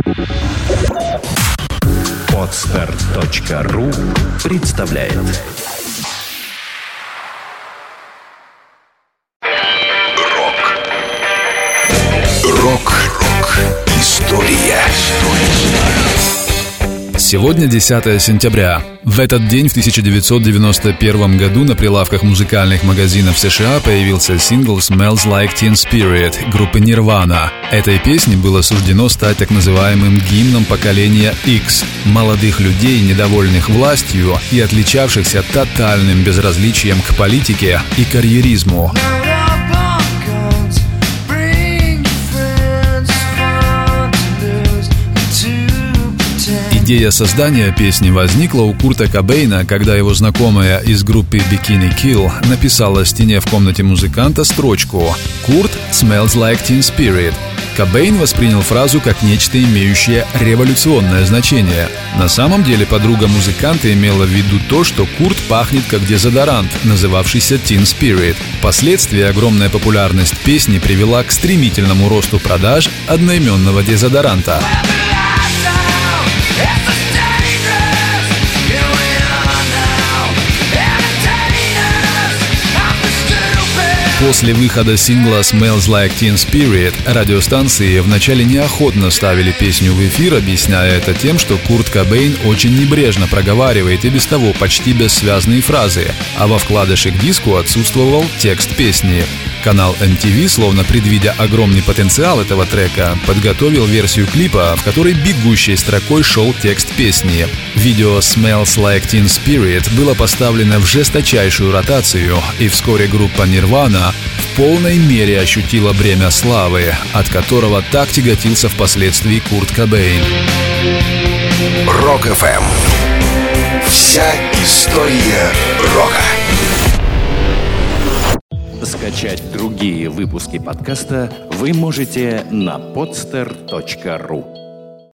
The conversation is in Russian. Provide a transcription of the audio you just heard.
Podster.ru представляет. Рок. История. Сегодня 10 сентября. В этот день, в 1991 году, на прилавках музыкальных магазинов США появился сингл «Smells Like Teen Spirit» группы Nirvana. Этой песне было суждено стать так называемым гимном поколения X – молодых людей, недовольных властью и отличавшихся тотальным безразличием к политике и карьеризму. Идея создания песни возникла у Курта Кобейна, когда его знакомая из группы Bikini Kill написала стене в комнате музыканта строчку «Курт smells like Teen Spirit». Кобейн воспринял фразу как нечто, имеющее революционное значение. На самом деле подруга музыканта имела в виду то, что Курт пахнет как дезодорант, называвшийся Teen Spirit. Впоследствии огромная популярность песни привела к стремительному росту продаж одноименного дезодоранта. После выхода сингла «Smells Like Teen Spirit» радиостанции вначале неохотно ставили песню в эфир, объясняя это тем, что Курт Кобейн очень небрежно проговаривает и без того почти бессвязные фразы, а во вкладыше к диску отсутствовал текст песни. Канал MTV, словно предвидя огромный потенциал этого трека, подготовил версию клипа, в которой бегущей строкой шел текст песни. Видео «Smells Like Teen Spirit» было поставлено в жесточайшую ротацию, и вскоре группа Nirvana в полной мере ощутила бремя славы, от которого так тяготился впоследствии Курт Кобейн. Рок-ФМ. Вся история рока. Скачать другие выпуски подкаста вы можете на podster.ru.